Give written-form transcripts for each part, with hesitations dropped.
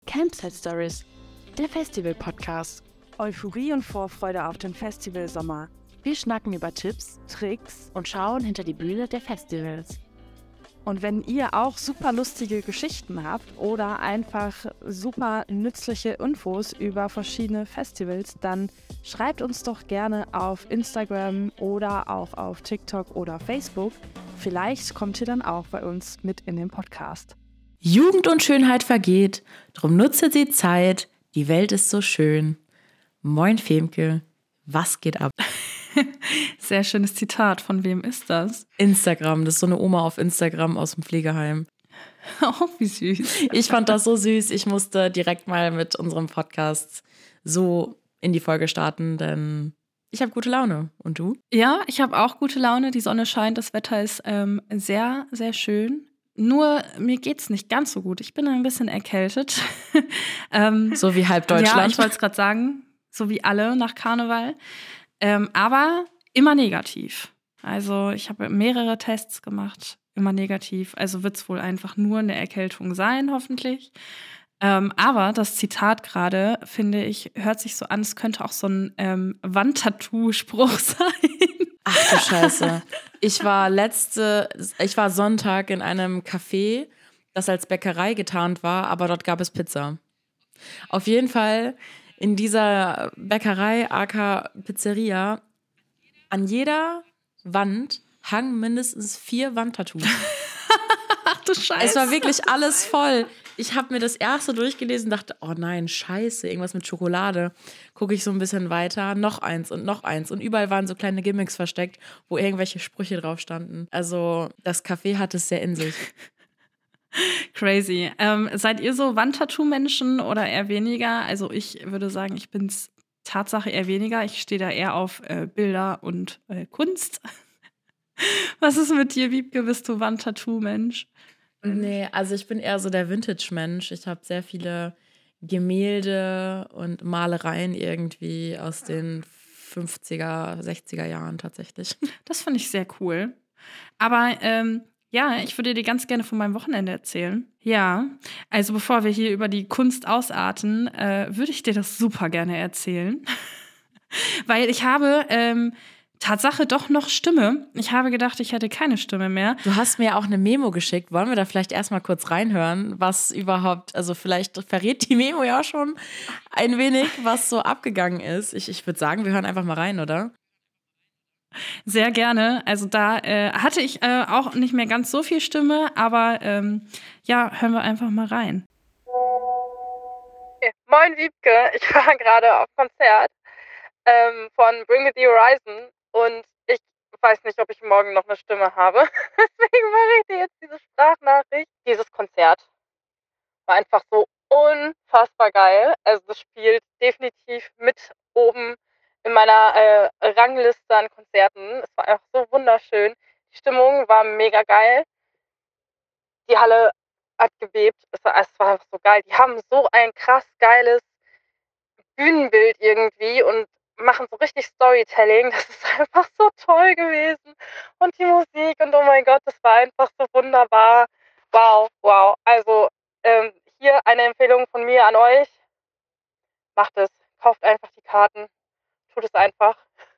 Campsite Stories, der Festival-Podcast. Euphorie und Vorfreude auf den Festivalsommer. Wir schnacken über Tipps, Tricks und schauen hinter die Bühne der Festivals. Und wenn ihr auch super lustige Geschichten habt oder einfach super nützliche Infos über verschiedene Festivals, dann schreibt uns doch gerne auf Instagram oder auch auf TikTok oder Facebook. Vielleicht kommt ihr dann auch bei uns mit in den Podcast. Jugend und Schönheit vergeht, drum nutze die Zeit, die Welt ist so schön. Moin Femke, was geht ab? Sehr schönes Zitat. Von wem ist das? Instagram, das ist so eine Oma auf Instagram aus dem Pflegeheim. Oh, wie süß. Ich fand das so süß, ich musste direkt mal mit unserem Podcast so in die Folge starten, denn ich habe gute Laune. Und du? Ja, ich habe auch gute Laune. Die Sonne scheint, das Wetter ist sehr, sehr schön. Nur mir geht's nicht ganz so gut. Ich bin ein bisschen erkältet. So wie halb Deutschland. Ja, ich wollte es gerade sagen. So wie alle nach Karneval. Aber immer negativ. Also ich habe mehrere Tests gemacht. Immer negativ. Also wird es wohl einfach nur eine Erkältung sein, hoffentlich. Aber das Zitat gerade, finde ich, hört sich so an, es könnte auch so ein Wandtattoo-Spruch sein. Ach du Scheiße. Ich war Sonntag in einem Café, das als Bäckerei getarnt war, aber dort gab es Pizza. Auf jeden Fall in dieser Bäckerei, aka Pizzeria, an jeder Wand hangen mindestens 4 Wandtattoos. Ach du Scheiße. Es war wirklich alles voll. Ich habe mir das erste durchgelesen und dachte, oh nein, scheiße, irgendwas mit Schokolade. Gucke ich so ein bisschen weiter, noch eins. Und überall waren so kleine Gimmicks versteckt, wo irgendwelche Sprüche drauf standen. Also das Café hat es sehr in sich. Crazy. Seid ihr so Wandtattoo-Menschen oder eher weniger? Also ich würde sagen, ich bin's Tatsache eher weniger. Ich stehe da eher auf Bilder und Kunst. Was ist mit dir, Wiebke? Bist du Wandtattoo-Mensch? Nee, also ich bin eher so der Vintage-Mensch. Ich habe sehr viele Gemälde und Malereien irgendwie aus den 50er, 60er Jahren tatsächlich. Das finde ich sehr cool. Aber ja, ich würde dir ganz gerne von meinem Wochenende erzählen. Ja, also bevor wir hier über die Kunst ausarten, würde ich dir das super gerne erzählen. Weil ich habe Tatsache doch noch Stimme. Ich habe gedacht, ich hätte keine Stimme mehr. Du hast mir auch eine Memo geschickt. Wollen wir da vielleicht erstmal kurz reinhören, was überhaupt, also vielleicht verrät die Memo ja schon ein wenig, was so abgegangen ist. Ich würde sagen, wir hören einfach mal rein, oder? Sehr gerne. Also da hatte ich auch nicht mehr ganz so viel Stimme, aber ja, hören wir einfach mal rein. Okay. Moin Wiebke, ich war gerade auf Konzert von Bring Me The Horizon und ich weiß nicht, ob ich morgen noch eine Stimme habe. Deswegen mache ich dir jetzt diese Sprachnachricht. Dieses Konzert war einfach so unfassbar geil. Also das spielt definitiv mit oben in meiner Rangliste an Konzerten. Es war einfach so wunderschön. Die Stimmung war mega geil. Die Halle hat gebebt. Es war einfach so geil. Die haben so ein krass geiles Bühnenbild irgendwie und machen so richtig Storytelling. Das ist einfach so toll gewesen. Und die Musik und oh mein Gott, das war einfach so wunderbar. Wow. Also hier eine Empfehlung von mir an euch. Macht es. Kauft einfach die Karten. Tut es einfach.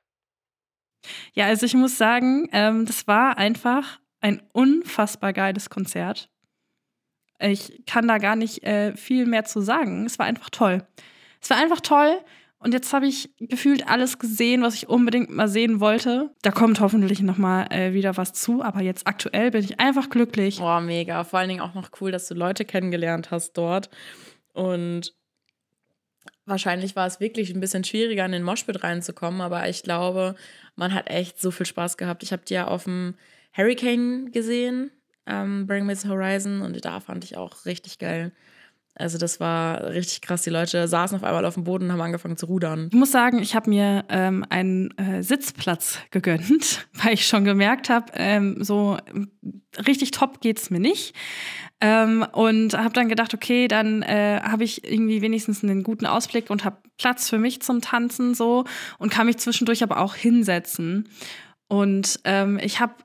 Ja, also ich muss sagen, das war einfach ein unfassbar geiles Konzert. Ich kann da gar nicht viel mehr zu sagen. Es war einfach toll. Und jetzt habe ich gefühlt alles gesehen, was ich unbedingt mal sehen wollte. Da kommt hoffentlich noch mal wieder was zu. Aber jetzt aktuell bin ich einfach glücklich. Boah, mega. Vor allen Dingen auch noch cool, dass du Leute kennengelernt hast dort. Und wahrscheinlich war es wirklich ein bisschen schwieriger, in den Moshpit reinzukommen. Aber ich glaube, man hat echt so viel Spaß gehabt. Ich habe die ja auf dem Hurricane gesehen, Bring Me The Horizon. Und da fand ich auch richtig geil. Also das war richtig krass. Die Leute saßen auf einmal auf dem Boden und haben angefangen zu rudern. Ich muss sagen, ich habe mir einen Sitzplatz gegönnt, weil ich schon gemerkt habe, so richtig top geht's mir nicht. Und habe dann gedacht, okay, dann habe ich irgendwie wenigstens einen guten Ausblick und habe Platz für mich zum Tanzen so und kann mich zwischendurch aber auch hinsetzen. Und ich habe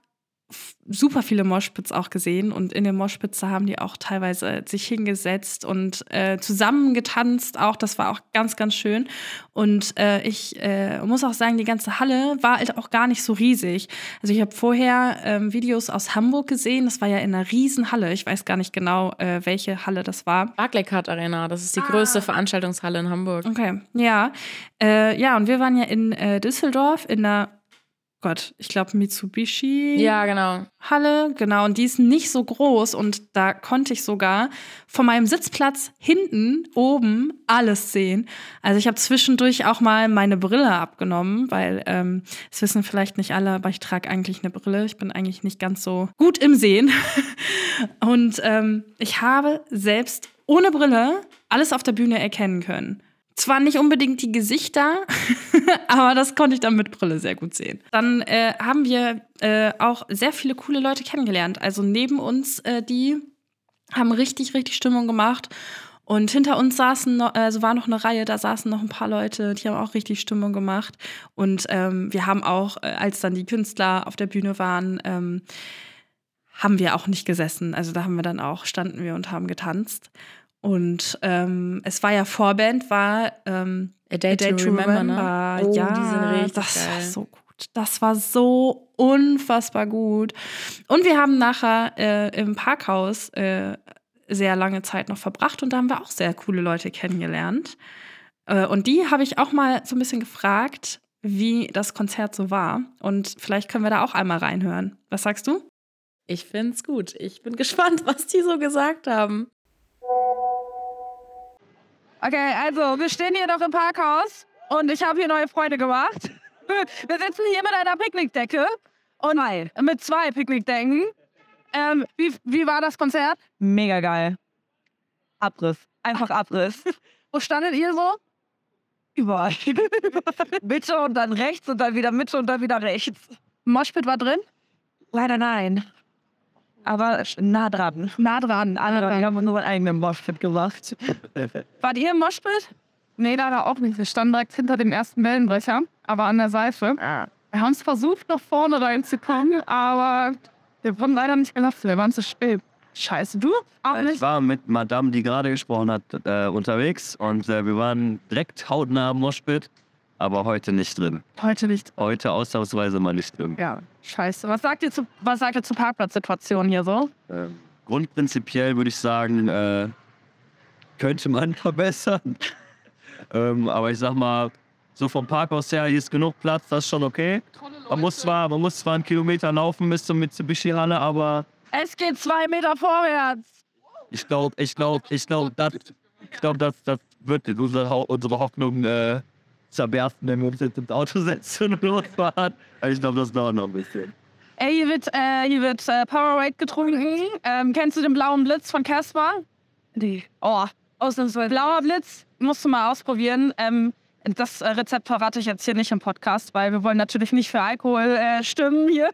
super viele Moshpits auch gesehen und in den Moshpits haben die auch teilweise sich hingesetzt und zusammen getanzt auch. Das war auch ganz, ganz schön. Und ich muss auch sagen, die ganze Halle war halt auch gar nicht so riesig. Also ich habe vorher Videos aus Hamburg gesehen. Das war ja in einer riesen Halle. Ich weiß gar nicht genau, welche Halle das war. Barclaycard Arena, das ist die größte Veranstaltungshalle in Hamburg. Okay, ja. Ja, und wir waren ja in Düsseldorf in der ich glaube Mitsubishi. Ja, genau. Halle, genau. Und die ist nicht so groß und da konnte ich sogar von meinem Sitzplatz hinten oben alles sehen. Also ich habe zwischendurch auch mal meine Brille abgenommen, weil das wissen vielleicht nicht alle, aber ich trage eigentlich eine Brille. Ich bin eigentlich nicht ganz so gut im Sehen. Und ich habe selbst ohne Brille alles auf der Bühne erkennen können. Zwar nicht unbedingt die Gesichter, aber das konnte ich dann mit Brille sehr gut sehen. Dann haben wir auch sehr viele coole Leute kennengelernt. Also neben uns, die haben richtig, richtig Stimmung gemacht. Und hinter uns war noch eine Reihe, da saßen noch ein paar Leute, die haben auch richtig Stimmung gemacht. Und wir haben auch, als dann die Künstler auf der Bühne waren, haben wir auch nicht gesessen. Also da standen wir und haben getanzt. Und es war ja Vorband, war A Day to Remember, ne? Oh, ja, die sind richtig das geil. war so gut. Das war so unfassbar gut. Und wir haben nachher im Parkhaus sehr lange Zeit noch verbracht und da haben wir auch sehr coole Leute kennengelernt. Und die habe ich auch mal so ein bisschen gefragt, wie das Konzert so war. Und vielleicht können wir da auch einmal reinhören. Was sagst du? Ich find's gut. Ich bin gespannt, was die so gesagt haben. Okay, also wir stehen hier noch im Parkhaus und ich habe hier neue Freunde gemacht. Wir sitzen hier mit einer Picknickdecke und mit 2 Picknickdecken. Wie war das Konzert? Mega geil. Abriss. Einfach Abriss. Wo standet ihr so? Überall. Mitte und dann rechts und dann wieder Mitte und dann wieder rechts. Moshpit war drin? Leider nein. Aber nah dran. Nah dran. Wir haben nur einen eigenen Moshpit gemacht. Wart ihr im Moshpit? Nee, leider auch nicht. Wir standen direkt hinter dem ersten Wellenbrecher, aber an der Seite. Wir haben es versucht, nach vorne reinzukommen, aber wir wurden leider nicht gelassen. Wir waren zu spät. Scheiße, du? Auch nicht? Ich war mit Madame, die gerade gesprochen hat, unterwegs und wir waren direkt hautnah am Moshpit, aber heute nicht drin. Heute nicht. Heute ausnahmsweise mal nicht drin. Ja, scheiße. Was sagt ihr zur Parkplatzsituation hier so? Grundprinzipiell würde ich sagen, könnte man verbessern. Aber ich sag mal, so vom Parkhaus her, hier ist genug Platz, das ist schon okay. Man muss zwar 1 Kilometer laufen bis zur Mitsubishi-Halle, aber Es geht 2 Meter vorwärts. ich glaube, das wird unsere Hoffnung zerbersten, wenn wir uns jetzt ins Auto setzen und losfahren. Ich glaube, das dauert noch ein bisschen. Ey, hier wird Powerade getrunken. Kennst du den blauen Blitz von Casper? Nee. Oh, ausnahmsweise. Blauer Blitz, musst du mal ausprobieren. Das Rezept verrate ich jetzt hier nicht im Podcast, weil wir wollen natürlich nicht für Alkohol stimmen hier.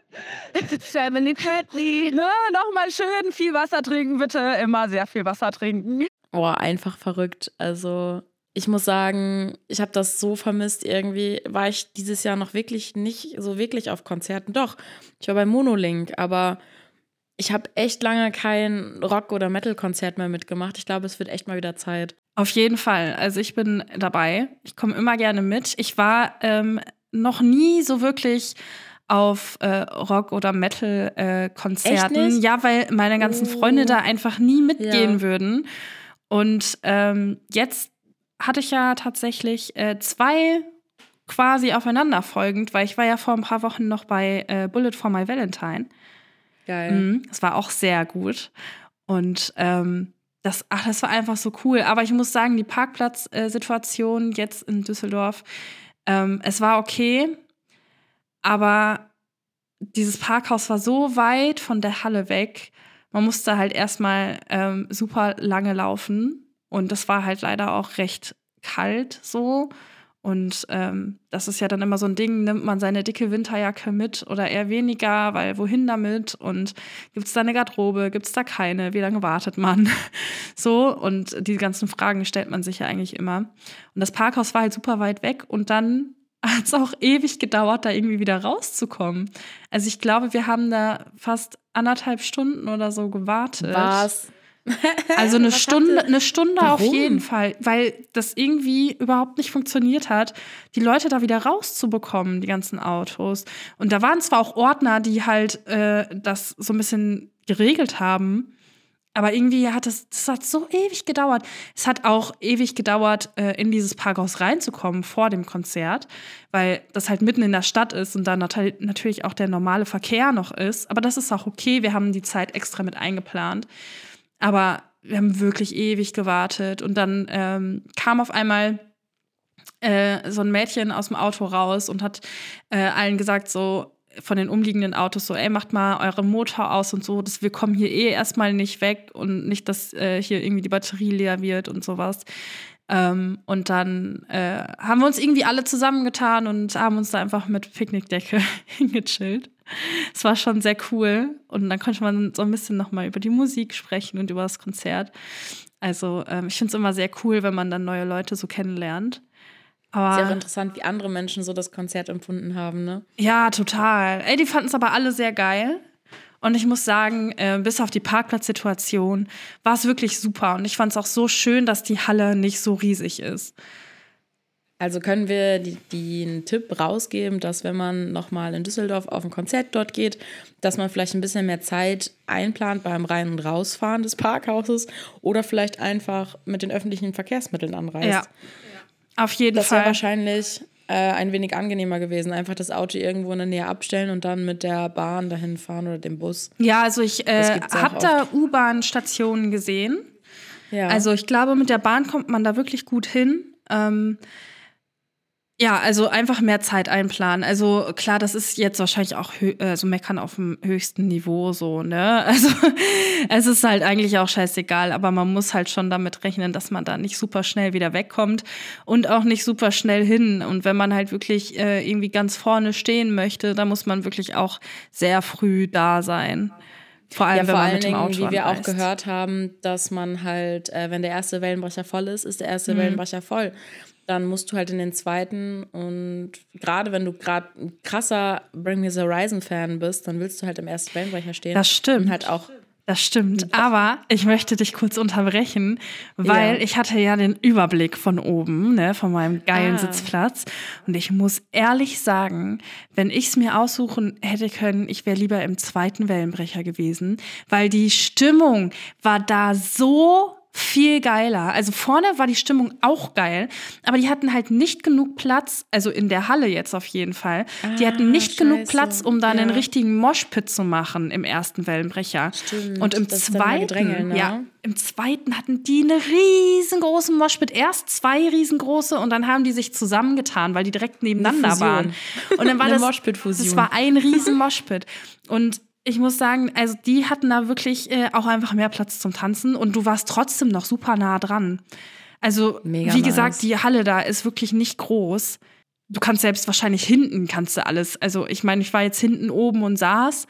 Nochmal schön viel Wasser trinken, bitte. Immer sehr viel Wasser trinken. Oh, einfach verrückt. Also ich muss sagen, ich habe das so vermisst. Irgendwie war ich dieses Jahr noch wirklich nicht so wirklich auf Konzerten. Doch, ich war bei Monolink, aber ich habe echt lange kein Rock- oder Metal-Konzert mehr mitgemacht. Ich glaube, es wird echt mal wieder Zeit. Auf jeden Fall. Also ich bin dabei. Ich komme immer gerne mit. Ich war noch nie so wirklich auf Rock- oder Metal-Konzerten. Echt nicht? Ja, weil meine ganzen Freunde da einfach nie mitgehen würden. Und jetzt hatte ich ja tatsächlich 2 quasi aufeinanderfolgend, weil ich war ja vor ein paar Wochen noch bei Bullet for My Valentine. Geil. Das war auch sehr gut. Und das war einfach so cool. Aber ich muss sagen, die Parkplatzsituation jetzt in Düsseldorf, es war okay, aber dieses Parkhaus war so weit von der Halle weg, man musste halt erstmal super lange laufen. Und das war halt leider auch recht kalt so. Und das ist ja dann immer so ein Ding, nimmt man seine dicke Winterjacke mit oder eher weniger, weil wohin damit? Und gibt es da eine Garderobe, gibt es da keine? Wie lange wartet man? So, und die ganzen Fragen stellt man sich ja eigentlich immer. Und das Parkhaus war halt super weit weg und dann hat es auch ewig gedauert, da irgendwie wieder rauszukommen. Also ich glaube, wir haben da fast 1,5 Stunden oder so gewartet. Was? Also eine Was Stunde, habt ihr- eine Stunde auf Warum? jeden Fall, weil das irgendwie überhaupt nicht funktioniert hat, die Leute da wieder rauszubekommen, die ganzen Autos. Und da waren zwar auch Ordner, die halt das so ein bisschen geregelt haben, aber irgendwie hat das hat so ewig gedauert. Es hat auch ewig gedauert, in dieses Parkhaus reinzukommen vor dem Konzert, weil das halt mitten in der Stadt ist und da natürlich auch der normale Verkehr noch ist. Aber das ist auch okay, wir haben die Zeit extra mit eingeplant. Aber wir haben wirklich ewig gewartet. Und dann kam auf einmal so ein Mädchen aus dem Auto raus und hat allen gesagt, so von den umliegenden Autos, so, ey, macht mal euren Motor aus und so, wir kommen hier erstmal nicht weg und nicht, dass hier irgendwie die Batterie leer wird und sowas. Und dann haben wir uns irgendwie alle zusammengetan und haben uns da einfach mit Picknickdecke hingechillt. Es war schon sehr cool. Und dann konnte man so ein bisschen nochmal über die Musik sprechen und über das Konzert. Also ich finde es immer sehr cool, wenn man dann neue Leute so kennenlernt. Aber Ist ja auch interessant, wie andere Menschen so das Konzert empfunden haben, ne? ja, total. Ey, die fanden es aber alle sehr geil. Und ich muss sagen, bis auf die Parkplatzsituation war es wirklich super. Und ich fand es auch so schön, dass die Halle nicht so riesig ist. Also können wir den Tipp rausgeben, dass wenn man nochmal in Düsseldorf auf ein Konzert dort geht, dass man vielleicht ein bisschen mehr Zeit einplant beim Rein- und Rausfahren des Parkhauses oder vielleicht einfach mit den öffentlichen Verkehrsmitteln anreist. Ja, auf jeden Das wäre Fall. wahrscheinlich ein wenig angenehmer gewesen. Einfach das Auto irgendwo in der Nähe abstellen und dann mit der Bahn dahin fahren oder dem Bus. Ja, also ich Das gibt's auch habe da U-Bahn-Stationen gesehen. Ja. Also ich glaube, mit der Bahn kommt man da wirklich gut hin. Ja, also einfach mehr Zeit einplanen. Also klar, das ist jetzt wahrscheinlich auch so meckern auf dem höchsten Niveau so, ne? Also es ist halt eigentlich auch scheißegal, aber man muss halt schon damit rechnen, dass man da nicht super schnell wieder wegkommt und auch nicht super schnell hin. Und wenn man halt wirklich irgendwie ganz vorne stehen möchte, dann muss man wirklich auch sehr früh da sein. Vor allem, Ja, wenn vor man allen mit dem Dingen, Auto wie wir auch anreist. gehört haben, dass man halt, wenn der erste Wellenbrecher voll ist, ist der erste Wellenbrecher voll. Dann musst du halt in den zweiten und gerade wenn du gerade ein krasser Bring Me the Horizon-Fan bist, dann willst du halt im ersten Wellenbrecher stehen. Das stimmt. Und halt auch Das stimmt, aber ich möchte dich kurz unterbrechen, weil ich hatte ja den Überblick von oben, ne, von meinem geilen Sitzplatz. Und ich muss ehrlich sagen, wenn ich es mir aussuchen hätte können, ich wäre lieber im zweiten Wellenbrecher gewesen, weil die Stimmung war da so viel geiler. Also vorne war die Stimmung auch geil, aber die hatten halt nicht genug Platz, also in der Halle jetzt auf jeden Fall. Die hatten nicht genug scheiße. Platz, um da einen Ja. richtigen Moshpit zu machen im ersten Wellenbrecher. Stimmt, Und im das ist dann immer Gedränge, zweiten, ne? ja, im zweiten hatten die eine riesengroßen Moshpit. Erst 2 riesengroße und dann haben die sich zusammengetan, weil die direkt nebeneinander Fusion. waren. Und dann war Eine das Moshpit-Fusion. Das war ein riesen Moshpit. Und ich muss sagen, also die hatten da wirklich auch einfach mehr Platz zum Tanzen und du warst trotzdem noch super nah dran. Also, Mega wie gesagt, nice. die Halle da ist wirklich nicht groß. Du kannst selbst wahrscheinlich hinten kannst du alles. Also, ich meine, ich war jetzt hinten oben und saß.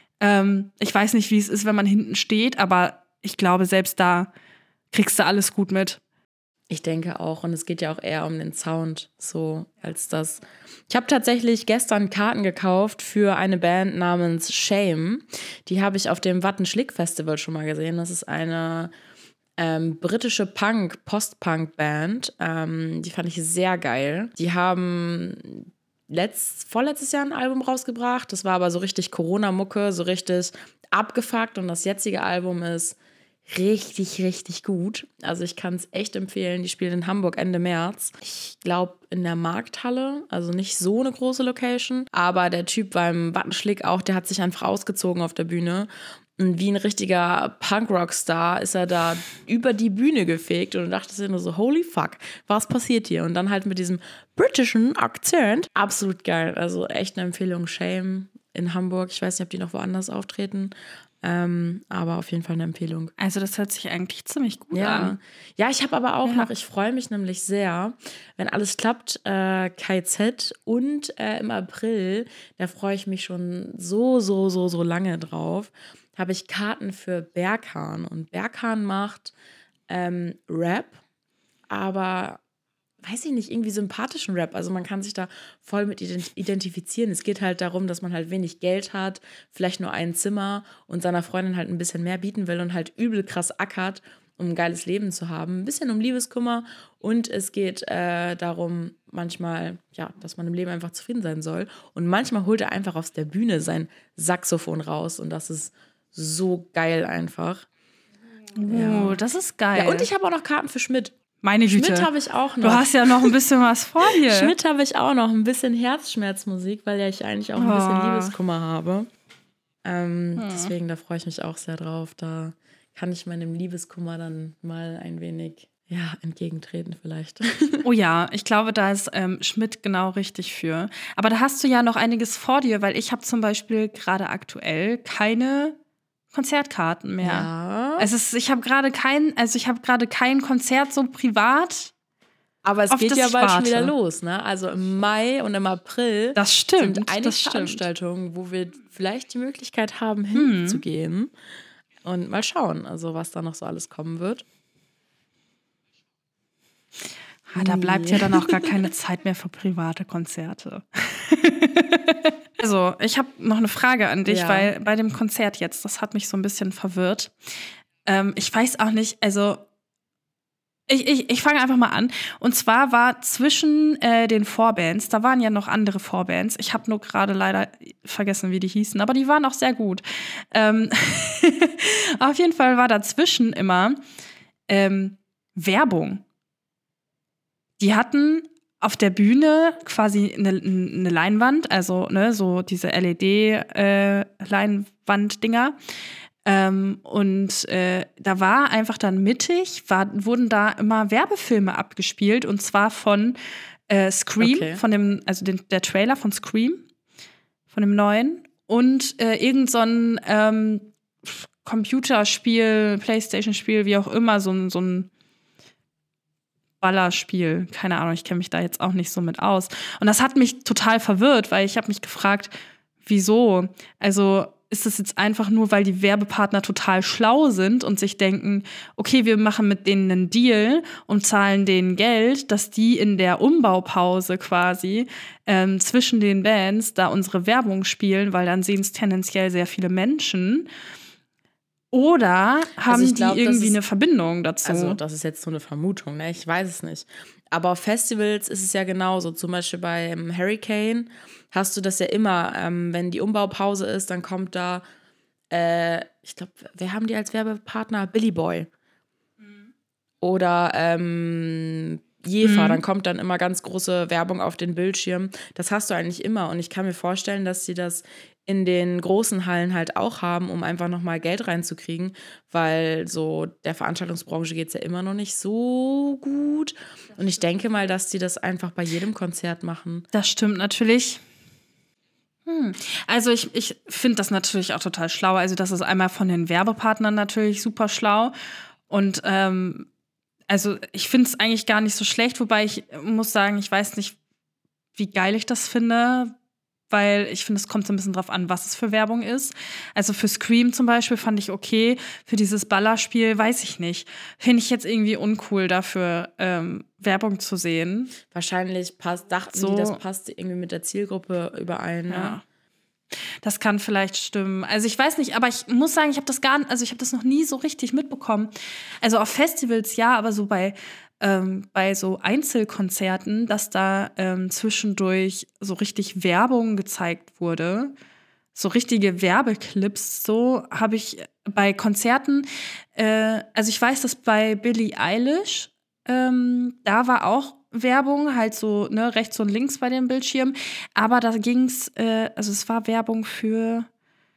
Ich weiß nicht, wie es ist, wenn man hinten steht, aber ich glaube, selbst da kriegst du alles gut mit. Ich denke auch. Und es geht ja auch eher um den Sound, so als das. Ich habe tatsächlich gestern Karten gekauft für eine Band namens Shame. Die habe ich auf dem Wattenschlick-Festival schon mal gesehen. Das ist eine britische Post-Punk-Band. Die fand ich sehr geil. Die haben vorletztes Jahr ein Album rausgebracht. Das war aber so richtig Corona-Mucke, so richtig abgefuckt. Und das jetzige Album ist richtig, richtig gut. Also ich kann es echt empfehlen. Die spielen in Hamburg Ende März. Ich glaube in der Markthalle, also nicht so eine große Location. Aber der Typ beim Wattenschlick auch, der hat sich einfach ausgezogen auf der Bühne. Und wie ein richtiger Punk-Rock-Star ist er da über die Bühne gefegt. Und du dachtest dir nur so, holy fuck, was passiert hier? Und dann halt mit diesem britischen Akzent. Absolut geil. Also echt eine Empfehlung. Shame in Hamburg. Ich weiß nicht, ob die noch woanders auftreten. Aber auf jeden Fall eine Empfehlung. Also, das hört sich eigentlich ziemlich gut Ja. an. Ja, ich habe aber auch noch, ich freue mich nämlich sehr, wenn alles klappt, KZ und im April, da freue ich mich schon so lange drauf, habe ich Karten für Berghahn. Und Berghahn macht Rap, aber weiß ich nicht, irgendwie sympathischen Rap. Also man kann sich da voll mit identifizieren. Es geht halt darum, dass man halt wenig Geld hat, vielleicht nur ein Zimmer und seiner Freundin halt ein bisschen mehr bieten will und halt übel krass ackert, um ein geiles Leben zu haben. Ein bisschen um Liebeskummer und es geht darum, manchmal, ja, dass man im Leben einfach zufrieden sein soll. Und manchmal holt er einfach aus der Bühne sein Saxophon raus und das ist so geil einfach. Oh, das ist geil. Ja, und ich habe auch noch Karten für Schmidt. Meine Güte. Schmidt habe ich auch noch. Du hast ja noch ein bisschen was vor dir. Schmidt habe ich auch noch ein bisschen Herzschmerzmusik, weil ja ich eigentlich auch ein bisschen Liebeskummer habe. Deswegen, da freue ich mich auch sehr drauf. Da kann ich meinem Liebeskummer dann mal ein wenig entgegentreten vielleicht. Oh ja, ich glaube, da ist Schmidt genau richtig für. Aber da hast du ja noch einiges vor dir, weil ich habe zum Beispiel gerade aktuell keine Konzertkarten mehr. Ja. Ich habe gerade kein Konzert so privat. Aber es auf geht das ja ich bald schon warte. wieder los, ne? Also im Mai und im April Das stimmt. sind einige das stimmt. Veranstaltungen, wo wir vielleicht die Möglichkeit haben, hinzugehen. Und mal schauen, also was da noch so alles kommen wird. Da bleibt ja dann auch gar keine Zeit mehr für private Konzerte. Also, ich habe noch eine Frage an dich, weil bei dem Konzert jetzt, das hat mich so ein bisschen verwirrt. Ich weiß auch nicht, also ich fange einfach mal an. Und zwar war zwischen den Vorbands, da waren ja noch andere Vorbands. Ich habe nur gerade leider vergessen, wie die hießen, aber die waren auch sehr gut. Auf jeden Fall war dazwischen immer Werbung. Die hatten auf der Bühne quasi eine Leinwand, also ne, so diese LED-Leinwand-Dinger. Und da war einfach dann mittig, wurden da immer Werbefilme abgespielt und zwar von Scream, der Trailer von Scream, von dem neuen und irgend so ein Computerspiel, Playstation-Spiel, wie auch immer, so ein Ballerspiel. Keine Ahnung, ich kenne mich da jetzt auch nicht so mit aus. Und das hat mich total verwirrt, weil ich habe mich gefragt, wieso? Also ist es jetzt einfach nur, weil die Werbepartner total schlau sind und sich denken, okay, wir machen mit denen einen Deal und zahlen denen Geld, dass die in der Umbaupause quasi zwischen den Bands da unsere Werbung spielen, weil dann sehen es tendenziell sehr viele Menschen. Oder haben die irgendwie eine Verbindung dazu? Also das ist jetzt so eine Vermutung, ne? Ich weiß es nicht. Aber auf Festivals ist es ja genauso. Zum Beispiel beim Hurricane hast du das ja immer, wenn die Umbaupause ist, dann kommt da, ich glaube, wer haben die als Werbepartner? Billy Boy. Oder Jefer, dann kommt dann immer ganz große Werbung auf den Bildschirm. Das hast du eigentlich immer. Und ich kann mir vorstellen, dass sie das in den großen Hallen halt auch haben, um einfach nochmal Geld reinzukriegen, weil so der Veranstaltungsbranche geht es ja immer noch nicht so gut. Und ich denke mal, dass die das einfach bei jedem Konzert machen. Das stimmt natürlich. Also ich finde das natürlich auch total schlau. Also das ist einmal von den Werbepartnern natürlich super schlau. Und also ich finde es eigentlich gar nicht so schlecht, wobei ich muss sagen, ich weiß nicht, wie geil ich das finde, weil ich finde, es kommt so ein bisschen drauf an, was es für Werbung ist. Also für Scream zum Beispiel fand ich okay, für dieses Ballerspiel weiß ich nicht. Finde ich jetzt irgendwie uncool, dafür Werbung zu sehen. Wahrscheinlich dachten die, das passt irgendwie mit der Zielgruppe überein. Ja. Ne? Das kann vielleicht stimmen. Also ich weiß nicht, aber ich muss sagen, ich habe das noch nie so richtig mitbekommen. Also auf Festivals ja, aber so bei so Einzelkonzerten, dass da zwischendurch so richtig Werbung gezeigt wurde, so richtige Werbeclips, so habe ich bei Konzerten, also ich weiß, dass bei Billie Eilish, da war auch Werbung, halt so, ne, rechts und links bei dem Bildschirm, aber da ging's, also es war Werbung für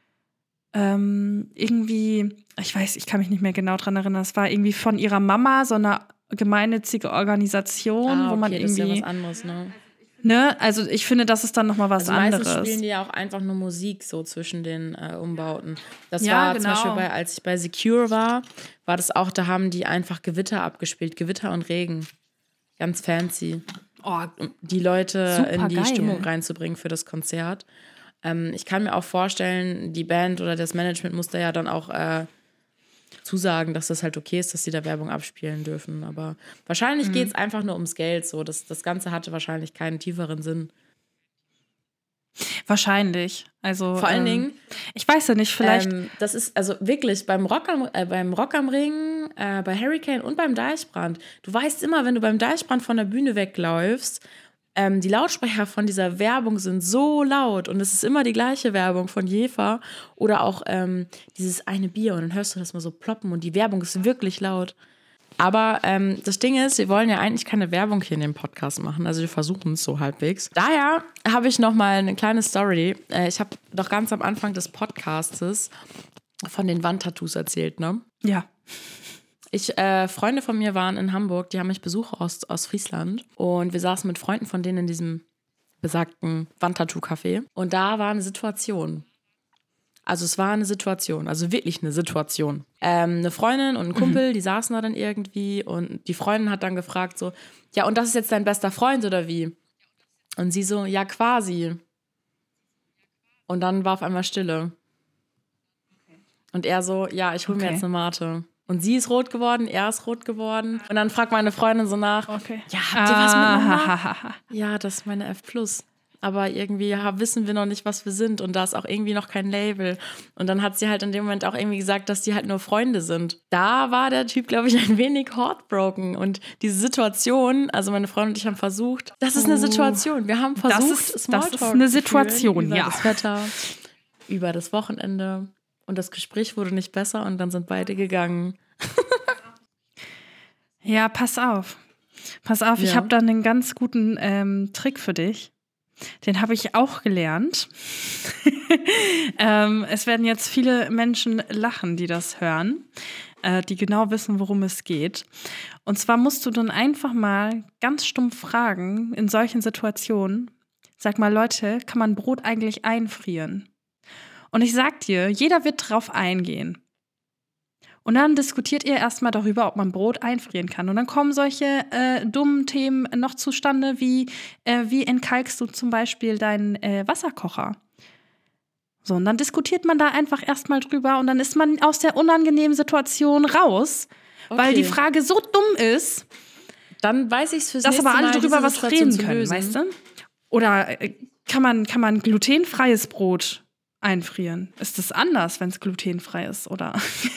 irgendwie, ich kann mich nicht mehr genau dran erinnern, es war irgendwie von ihrer Mama, so eine gemeinnützige Organisation, wo man irgendwie. Das ist ja was anderes, ne? Ne? Also ich finde, das ist dann nochmal was anderes. Meistens spielen die ja auch einfach nur Musik so zwischen den Umbauten. Das Ja, war genau. zum Beispiel, als ich bei Secure war das auch, da haben die einfach Gewitter abgespielt, Gewitter und Regen. Ganz fancy. Um die Leute Super in die geil. Stimmung reinzubringen für das Konzert. Ich kann mir auch vorstellen, die Band oder das Management muss da ja dann auch zusagen, dass das halt okay ist, dass sie da Werbung abspielen dürfen. Aber wahrscheinlich geht es einfach nur ums Geld. So. Das Ganze hatte wahrscheinlich keinen tieferen Sinn. Wahrscheinlich. Also, Vor allen Dingen, ich weiß ja nicht, vielleicht. das ist also wirklich beim Rock am Ring, bei Hurricane und beim Deichbrand. Du weißt immer, wenn du beim Deichbrand von der Bühne wegläufst, die Lautsprecher von dieser Werbung sind so laut und es ist immer die gleiche Werbung von Jefer oder auch dieses eine Bier und dann hörst du das mal so ploppen und die Werbung ist wirklich laut. Aber das Ding ist, wir wollen ja eigentlich keine Werbung hier in dem Podcast machen, also wir versuchen es so halbwegs. Daher habe ich noch mal eine kleine Story. Ich habe doch ganz am Anfang des Podcastes von den Wandtattoos erzählt, ne? Ja. Freunde von mir waren in Hamburg, die haben mich besucht aus Friesland und wir saßen mit Freunden von denen in diesem besagten Wandtattoo-Café und da war eine Situation. Also es war eine Situation, also wirklich eine Situation. Eine Freundin und ein Kumpel, die saßen da dann irgendwie und die Freundin hat dann gefragt so, ja und das ist jetzt dein bester Freund oder wie? Und sie so, ja quasi. Und dann war auf einmal Stille. Und er so, ja, ich hole mir jetzt eine Mate. Und sie ist rot geworden, er ist rot geworden. Und dann fragt meine Freundin so nach, ja, habt ihr was miteinander? Ja, das ist meine F+. Aber irgendwie wissen wir noch nicht, was wir sind. Und da ist auch irgendwie noch kein Label. Und dann hat sie halt in dem Moment auch irgendwie gesagt, dass die halt nur Freunde sind. Da war der Typ, glaube ich, ein wenig heartbroken. Und diese Situation, also meine Freundin und ich haben versucht, das ist eine Situation. Wir haben versucht, Smalltalk das ist eine Situation, zu führen, über ja. das Wetter, über das Wochenende. Und das Gespräch wurde nicht besser und dann sind beide gegangen. Ja, pass auf. Pass auf, ich habe da einen ganz guten Trick für dich. Den habe ich auch gelernt. Es werden jetzt viele Menschen lachen, die das hören, die genau wissen, worum es geht. Und zwar musst du dann einfach mal ganz stumpf fragen, in solchen Situationen, sag mal, Leute, kann man Brot eigentlich einfrieren? Und ich sag dir, jeder wird drauf eingehen. Und dann diskutiert ihr erstmal darüber, ob man Brot einfrieren kann. Und dann kommen solche dummen Themen noch zustande, wie entkalkst du zum Beispiel deinen Wasserkocher? So, und dann diskutiert man da einfach erstmal drüber und dann ist man aus der unangenehmen Situation raus, weil die Frage so dumm ist, dann weiß ich es fürs dass nächste aber alle Mal, drüber diese was Situation reden zu können, lösen. weißt du? Oder kann man glutenfreies Brot einfrieren? Ist das anders, wenn es glutenfrei ist, oder?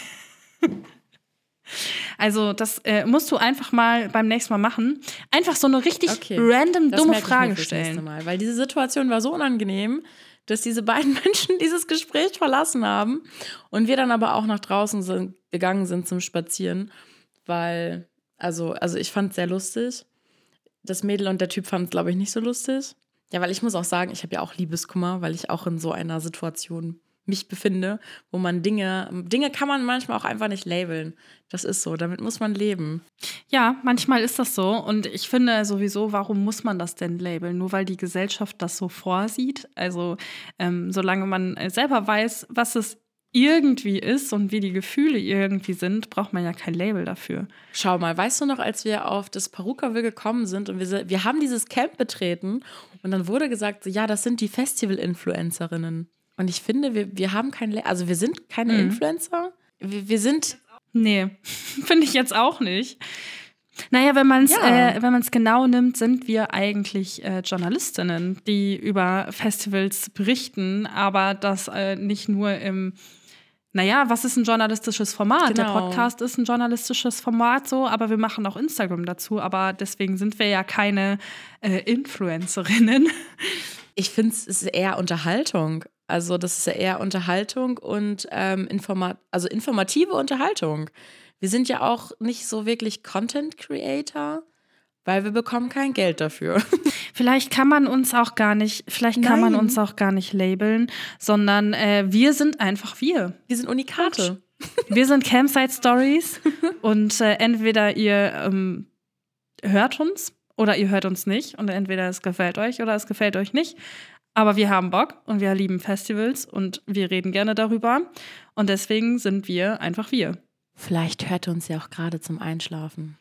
Also das musst du einfach mal beim nächsten Mal machen. Einfach so eine richtig random, dumme Frage stellen. Mal, weil diese Situation war so unangenehm, dass diese beiden Menschen dieses Gespräch verlassen haben und wir dann aber auch nach draußen gegangen sind zum Spazieren, weil, also ich fand es sehr lustig. Das Mädel und der Typ fanden es, glaube ich, nicht so lustig. Ja, weil ich muss auch sagen, ich habe ja auch Liebeskummer, weil ich auch in so einer Situation mich befinde, wo man Dinge kann man manchmal auch einfach nicht labeln. Das ist so, damit muss man leben. Ja, manchmal ist das so und ich finde sowieso, warum muss man das denn labeln? Nur weil die Gesellschaft das so vorsieht? Also solange man selber weiß, was es irgendwie ist und wie die Gefühle irgendwie sind, braucht man ja kein Label dafür. Schau mal, weißt du noch, als wir auf das Perukaville gekommen sind und wir haben dieses Camp betreten und dann wurde gesagt, so, ja, das sind die Festival-Influencerinnen. Und ich finde, wir haben also wir sind keine Influencer. Wir sind. Nee, finde ich jetzt auch nicht. Naja, wenn man es genau nimmt, sind wir eigentlich Journalistinnen, die über Festivals berichten, aber das nicht nur im. Naja, was ist ein journalistisches Format? Genau. Der Podcast ist ein journalistisches Format, so, aber wir machen auch Instagram dazu. Aber deswegen sind wir ja keine Influencerinnen. Ich finde, es ist eher Unterhaltung. Also das ist ja eher Unterhaltung und informative Unterhaltung. Wir sind ja auch nicht so wirklich Content Creator, weil wir bekommen kein Geld dafür. Vielleicht kann man uns auch gar nicht labeln, sondern wir sind einfach wir. Wir sind Unikate. Wir sind Campsite Stories und entweder ihr hört uns oder ihr hört uns nicht und entweder es gefällt euch oder es gefällt euch nicht. Aber wir haben Bock und wir lieben Festivals und wir reden gerne darüber. Und deswegen sind wir einfach wir. Vielleicht hört ihr uns ja auch gerade zum Einschlafen.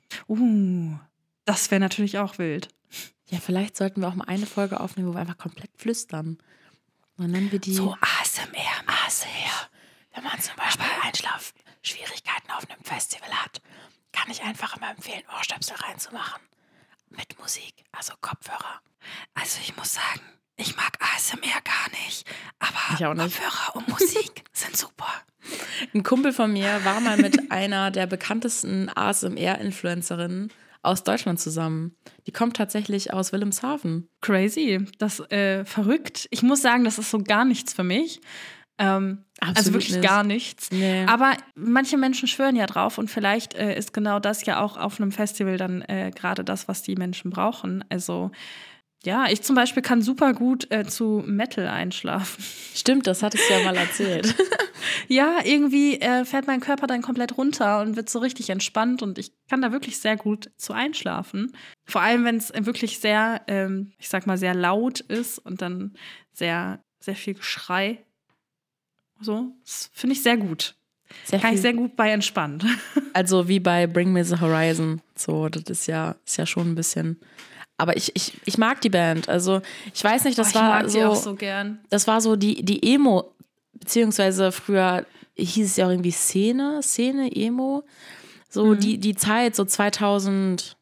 Das wäre natürlich auch wild. Ja, vielleicht sollten wir auch mal eine Folge aufnehmen, wo wir einfach komplett flüstern. Und dann nennen wir die so ASMR. Wenn man zum Beispiel Schwierigkeiten auf einem Festival hat, kann ich einfach immer empfehlen, Ohrstöpsel reinzumachen. Mit Musik, also Kopfhörer. Also ich muss sagen, ich mag ASMR gar nicht, aber Ich auch nicht. Kopfhörer und Musik sind super. Ein Kumpel von mir war mal mit einer der bekanntesten ASMR-Influencerinnen aus Deutschland zusammen. Die kommt tatsächlich aus Wilhelmshaven. Crazy, das verrückt. Ich muss sagen, das ist so gar nichts für mich. Also wirklich nicht. gar nichts. Nee. Aber manche Menschen schwören ja drauf und vielleicht ist genau das ja auch auf einem Festival dann gerade das, was die Menschen brauchen. Also ja, ich zum Beispiel kann super gut zu Metal einschlafen. Stimmt, das hattest du ja mal erzählt. Ja, irgendwie fährt mein Körper dann komplett runter und wird so richtig entspannt und ich kann da wirklich sehr gut zu einschlafen. Vor allem, wenn es wirklich sehr, ich sag mal, sehr laut ist und dann sehr, sehr viel Geschrei. So, das finde ich sehr gut. Kann ich sehr gut bei entspannt. Also wie bei Bring Me the Horizon. So, das ist ja schon ein bisschen. Aber ich mag die Band. Also ich weiß nicht, das ich war mag so. die auch so gern. Das war so die Emo, beziehungsweise früher hieß es ja auch irgendwie Szene, Emo. So die Zeit, so 2010,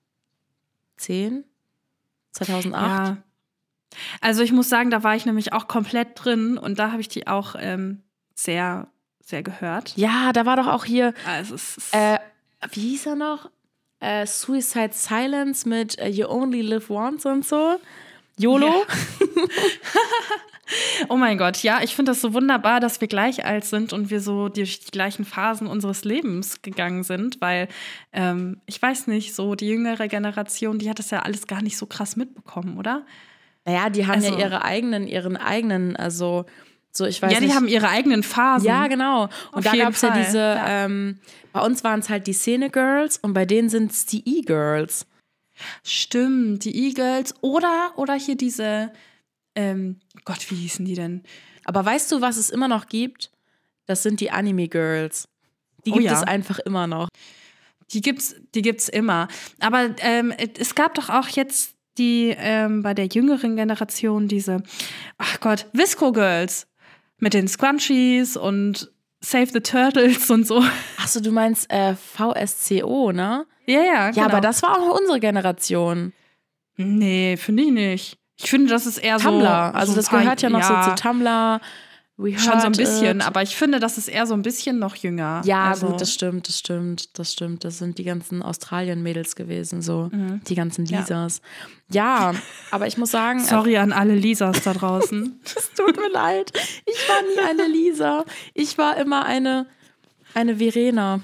2008. Ja. Also ich muss sagen, da war ich nämlich auch komplett drin und da habe ich die auch sehr, sehr gehört. Ja, da war doch auch hier, Also es ist wie hieß er noch? Suicide Silence mit You Only Live Once und so. YOLO. Ja. Oh mein Gott, ja, ich finde das so wunderbar, dass wir gleich alt sind und wir so durch die gleichen Phasen unseres Lebens gegangen sind, weil ich weiß nicht, so die jüngere Generation, die hat das ja alles gar nicht so krass mitbekommen, oder? Naja, die haben Also- ja ihren eigenen, also so, ich weiß Ja, die nicht. haben ihre eigenen Phasen. Ja, genau. Und Auf da jeden gab es ja Fall, diese, ja. bei uns waren es halt die Szene-Girls und bei denen sind es die Stimmt, die E-Girls oder hier diese, Gott, wie hießen die denn? Aber weißt du, was es immer noch gibt? Das sind die Anime-Girls. Die Oh gibt ja. es einfach immer noch. Die gibt's immer. Aber es gab doch auch jetzt die bei der jüngeren Generation diese, ach Gott, Visco Girls mit den Scrunchies und Save the Turtles und so. Achso, du meinst VSCO, ne? Ja, Ja, genau. aber das war auch unsere Generation. Nee, finde ich nicht. Ich finde, das ist eher Tumblr. so. Also so das ein paar- gehört ja noch so zu Tumblr. We Schon so ein Heard bisschen, It. aber ich finde, das ist eher so ein bisschen noch jünger. Ja, also, gut, das stimmt. Das sind die ganzen Australien-Mädels gewesen, so. Die ganzen Ja. Lisas. Ja, aber ich muss sagen, Sorry an alle Lisas da draußen. es tut mir leid. Ich war nie eine Lisa. Ich war immer eine Verena.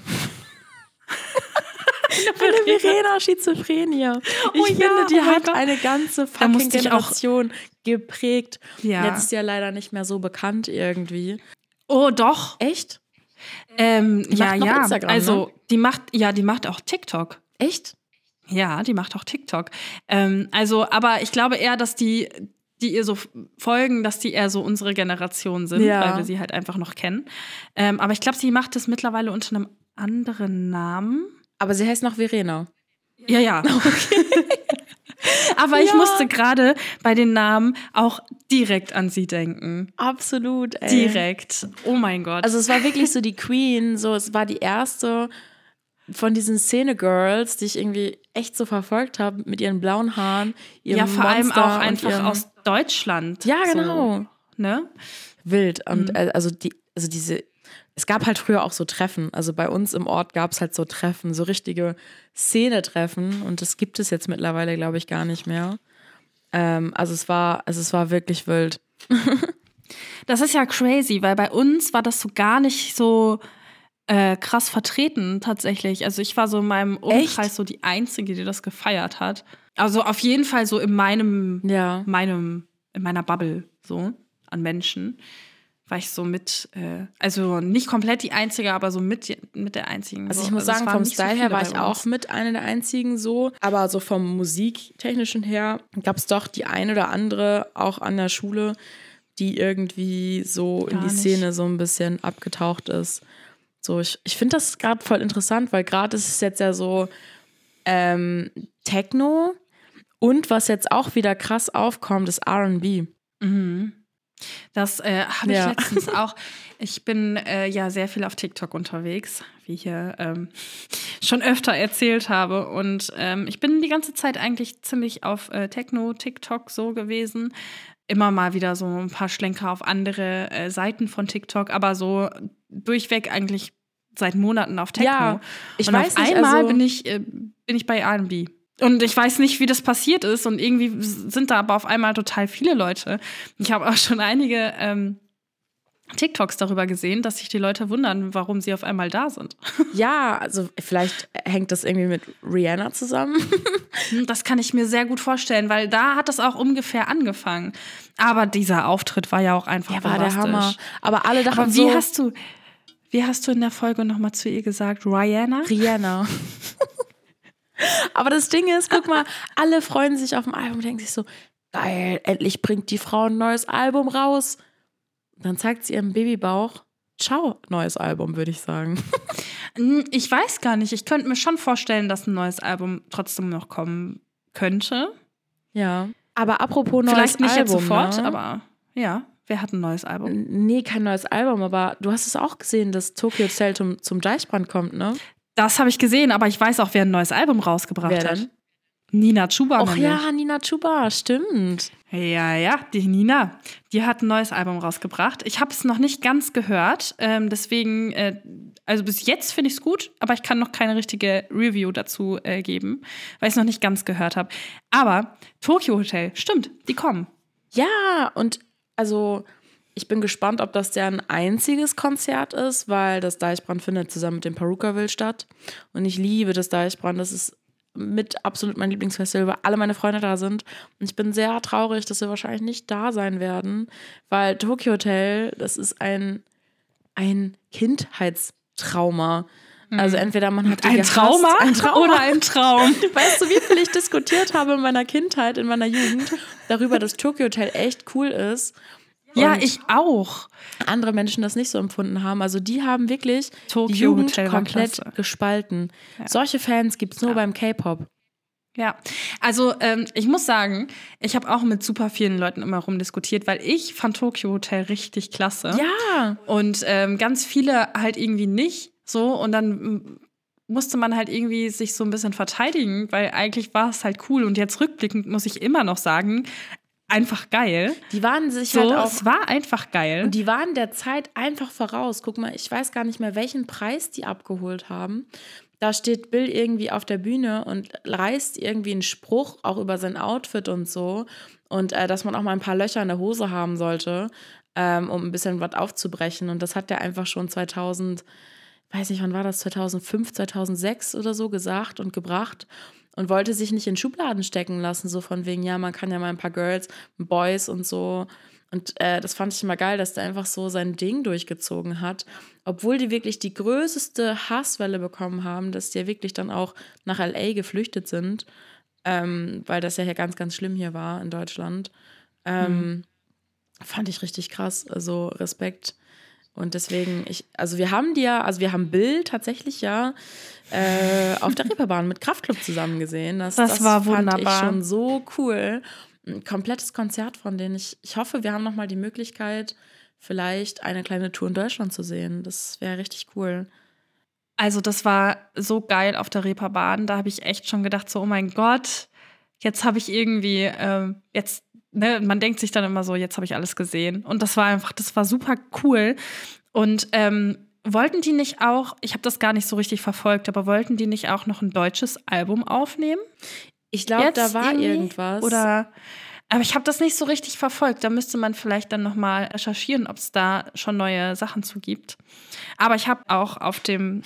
Eine Verena Schizophrenie. Ich finde, die hat eine ganze fucking musste ich auch- Generation geprägt. Ja. Jetzt ist sie ja leider nicht mehr so bekannt irgendwie. Oh, doch. Echt? Ja, macht noch ja. Instagram, Also, ne? die macht auch TikTok. Echt? Ja, die macht auch TikTok. Aber ich glaube eher, dass die ihr so folgen, dass die eher so unsere Generation sind, Ja. weil wir sie halt einfach noch kennen. Aber ich glaube, sie macht das mittlerweile unter einem anderen Namen. Aber sie heißt noch Verena. Ja, ja. Aber ich Ja. musste gerade bei den Namen auch direkt an sie denken. Absolut, ey. Direkt. Oh mein Gott. Also es war wirklich so die Queen, so es war die erste von diesen Szene-Girls, die ich irgendwie echt so verfolgt habe mit ihren blauen Haaren, ihrem ja, vor allem Monster auch und einfach ihrem, aus Deutschland. Ja, genau. So, ne? Wild. Und es gab halt früher auch so Treffen. Also bei uns im Ort gab es halt so Treffen, so richtige Szene-Treffen. Und das gibt es jetzt mittlerweile, glaube ich, gar nicht mehr. Es war wirklich wild. Das ist ja crazy, weil bei uns war das so gar nicht so krass vertreten tatsächlich. Also ich war so in meinem Umkreis so die Einzige, die das gefeiert hat. Also auf jeden Fall so in in meiner Bubble so an Menschen war ich so mit, also nicht komplett die Einzige, aber so mit der Einzigen. Also so. ich muss es sagen, waren vom nicht so Style her viele war bei ich auch uns. mit einer der Einzigen so. Aber so vom Musiktechnischen her gab es doch die eine oder andere auch an der Schule, die irgendwie so in Gar die nicht. Szene so ein bisschen abgetaucht ist. So, ich finde das gerade voll interessant, weil gerade ist es jetzt ja so Techno und was jetzt auch wieder krass aufkommt, ist R&B. Mhm. Das habe ich Ja. letztens auch. Ich bin ja sehr viel auf TikTok unterwegs, wie ich hier schon öfter erzählt habe. Und ich bin die ganze Zeit eigentlich ziemlich auf Techno-TikTok so gewesen. Immer mal wieder so ein paar Schlenker auf andere Seiten von TikTok, aber so durchweg eigentlich seit Monaten auf Techno. Ja, ich und weiß auf nicht, einmal also- bin ich bei R&B. Und ich weiß nicht, wie das passiert ist. Und irgendwie sind da aber auf einmal total viele Leute. Ich habe auch schon einige TikToks darüber gesehen, dass sich die Leute wundern, warum sie auf einmal da sind. Ja, also vielleicht hängt das irgendwie mit Rihanna zusammen. Das kann ich mir sehr gut vorstellen, weil da hat das auch ungefähr angefangen. Aber dieser Auftritt war ja auch einfach Ja, war der bombastisch. Hammer. Aber alle dachten Aber so, wie hast du in der Folge nochmal zu ihr gesagt? Rihanna? Rihanna. Aber das Ding ist, guck mal, alle freuen sich auf ein Album und denken sich so, geil, endlich bringt die Frau ein neues Album raus. Dann zeigt sie ihren Babybauch. Ciao, neues Album, würde ich sagen. Ich weiß gar nicht. Ich könnte mir schon vorstellen, dass ein neues Album trotzdem noch kommen könnte. Ja. Aber apropos neues Vielleicht nicht Album, jetzt sofort, ne? aber ja. Wer hat ein neues Album? Nee, kein neues Album, aber du hast es auch gesehen, dass Tokyo Hotel zum Deichbrand kommt, ne? Das habe ich gesehen, aber ich weiß auch, wer ein neues Album rausgebracht Wer hat. denn? Nina Chuba. Och nämlich. ja, Nina Chuba, stimmt. Ja, die Nina. Die hat ein neues Album rausgebracht. Ich habe es noch nicht ganz gehört, deswegen, also bis jetzt finde ich es gut, aber ich kann noch keine richtige Review dazu geben, weil ich es noch nicht ganz gehört habe. Aber Tokyo Hotel, stimmt, die kommen. Ja, und also ich bin gespannt, ob das deren einziges Konzert ist, weil das Deichbrand findet zusammen mit dem Perukaville statt. Und ich liebe das Deichbrand. Das ist mit absolut mein Lieblingsfestival, weil alle meine Freunde da sind. Und ich bin sehr traurig, dass wir wahrscheinlich nicht da sein werden, weil Tokyo Hotel, das ist ein Kindheitstrauma. Also entweder man hat die Ein gehasst, Trauma, ein Trauma oder ein Traum? Weißt du, wie viel ich diskutiert habe in meiner Kindheit, in meiner Jugend, darüber, dass Tokyo Hotel echt cool ist. Ja, Und ich auch. andere Menschen das nicht so empfunden haben. Also die haben wirklich Tokyo die Jugend Hotel war komplett klasse. gespalten. Solche Fans gibt es nur beim K-Pop. Ja, also ich muss sagen, ich habe auch mit super vielen Leuten immer rumdiskutiert, weil ich fand Tokyo Hotel richtig klasse. Ja. Und ganz viele halt irgendwie nicht so. Und dann musste man halt irgendwie sich so ein bisschen verteidigen, weil eigentlich war es halt cool. Und jetzt rückblickend muss ich immer noch sagen, einfach geil. Die waren sich So, halt auch. es war einfach geil. Und die waren der Zeit einfach voraus. Guck mal, ich weiß gar nicht mehr, welchen Preis die abgeholt haben. Da steht Bill irgendwie auf der Bühne und reißt irgendwie einen Spruch auch über sein Outfit und so. Und dass man auch mal ein paar Löcher in der Hose haben sollte, um ein bisschen was aufzubrechen. Und das hat der einfach schon 2000, weiß nicht, wann war das, 2005, 2006 oder so gesagt und gebracht. Und wollte sich nicht in Schubladen stecken lassen, so von wegen, ja, man kann ja mal ein paar Girls, Boys und so. Und das fand ich immer geil, dass der einfach so sein Ding durchgezogen hat. Obwohl die wirklich die größte Hasswelle bekommen haben, dass die ja wirklich dann auch nach L.A. geflüchtet sind, weil das ja hier ganz, ganz schlimm hier war in Deutschland. Fand ich richtig krass, also Respekt. Und deswegen, wir haben Bill tatsächlich ja auf der Reeperbahn mit Kraftklub zusammen gesehen. Das war fand wunderbar. ich schon so cool. Ein komplettes Konzert von denen. Ich hoffe, wir haben nochmal die Möglichkeit, vielleicht eine kleine Tour in Deutschland zu sehen. Das wäre richtig cool. Also das war so geil auf der Reeperbahn. Da habe ich echt schon gedacht, so, oh mein Gott, jetzt habe ich irgendwie, man denkt sich dann immer so, jetzt habe ich alles gesehen. Und das war super cool. Und wollten die nicht auch, ich habe das gar nicht so richtig verfolgt, aber wollten die nicht auch noch ein deutsches Album aufnehmen? Ich glaube, da war irgendwie? irgendwas. Aber ich habe das nicht so richtig verfolgt. Da müsste man vielleicht dann noch mal recherchieren, ob es da schon neue Sachen zu gibt. Aber ich habe auch auf dem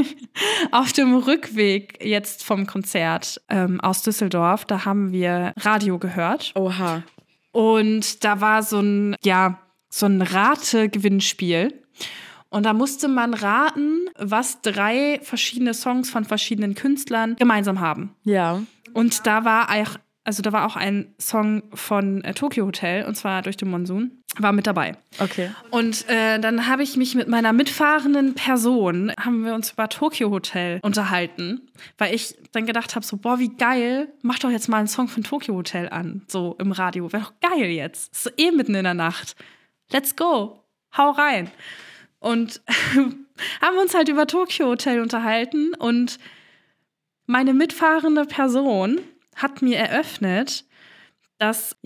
Rückweg jetzt vom Konzert aus Düsseldorf, da haben wir Radio gehört. Oha. Und da war so ein Rate-Gewinnspiel. Und da musste man raten, was 3 verschiedene Songs von verschiedenen Künstlern gemeinsam haben. Ja. Und da war auch ein Song von Tokyo Hotel, und zwar Durch den Monsun, war mit dabei. Okay. Und dann habe ich mich mit meiner mitfahrenden Person, haben wir uns über Tokyo Hotel unterhalten, weil ich dann gedacht habe, so, boah, wie geil, mach doch jetzt mal einen Song von Tokyo Hotel an, so im Radio. Wäre doch geil jetzt. Ist so mitten in der Nacht. let's go, hau rein. Und haben uns halt über Tokyo Hotel unterhalten und meine mitfahrende Person hat mir eröffnet, dass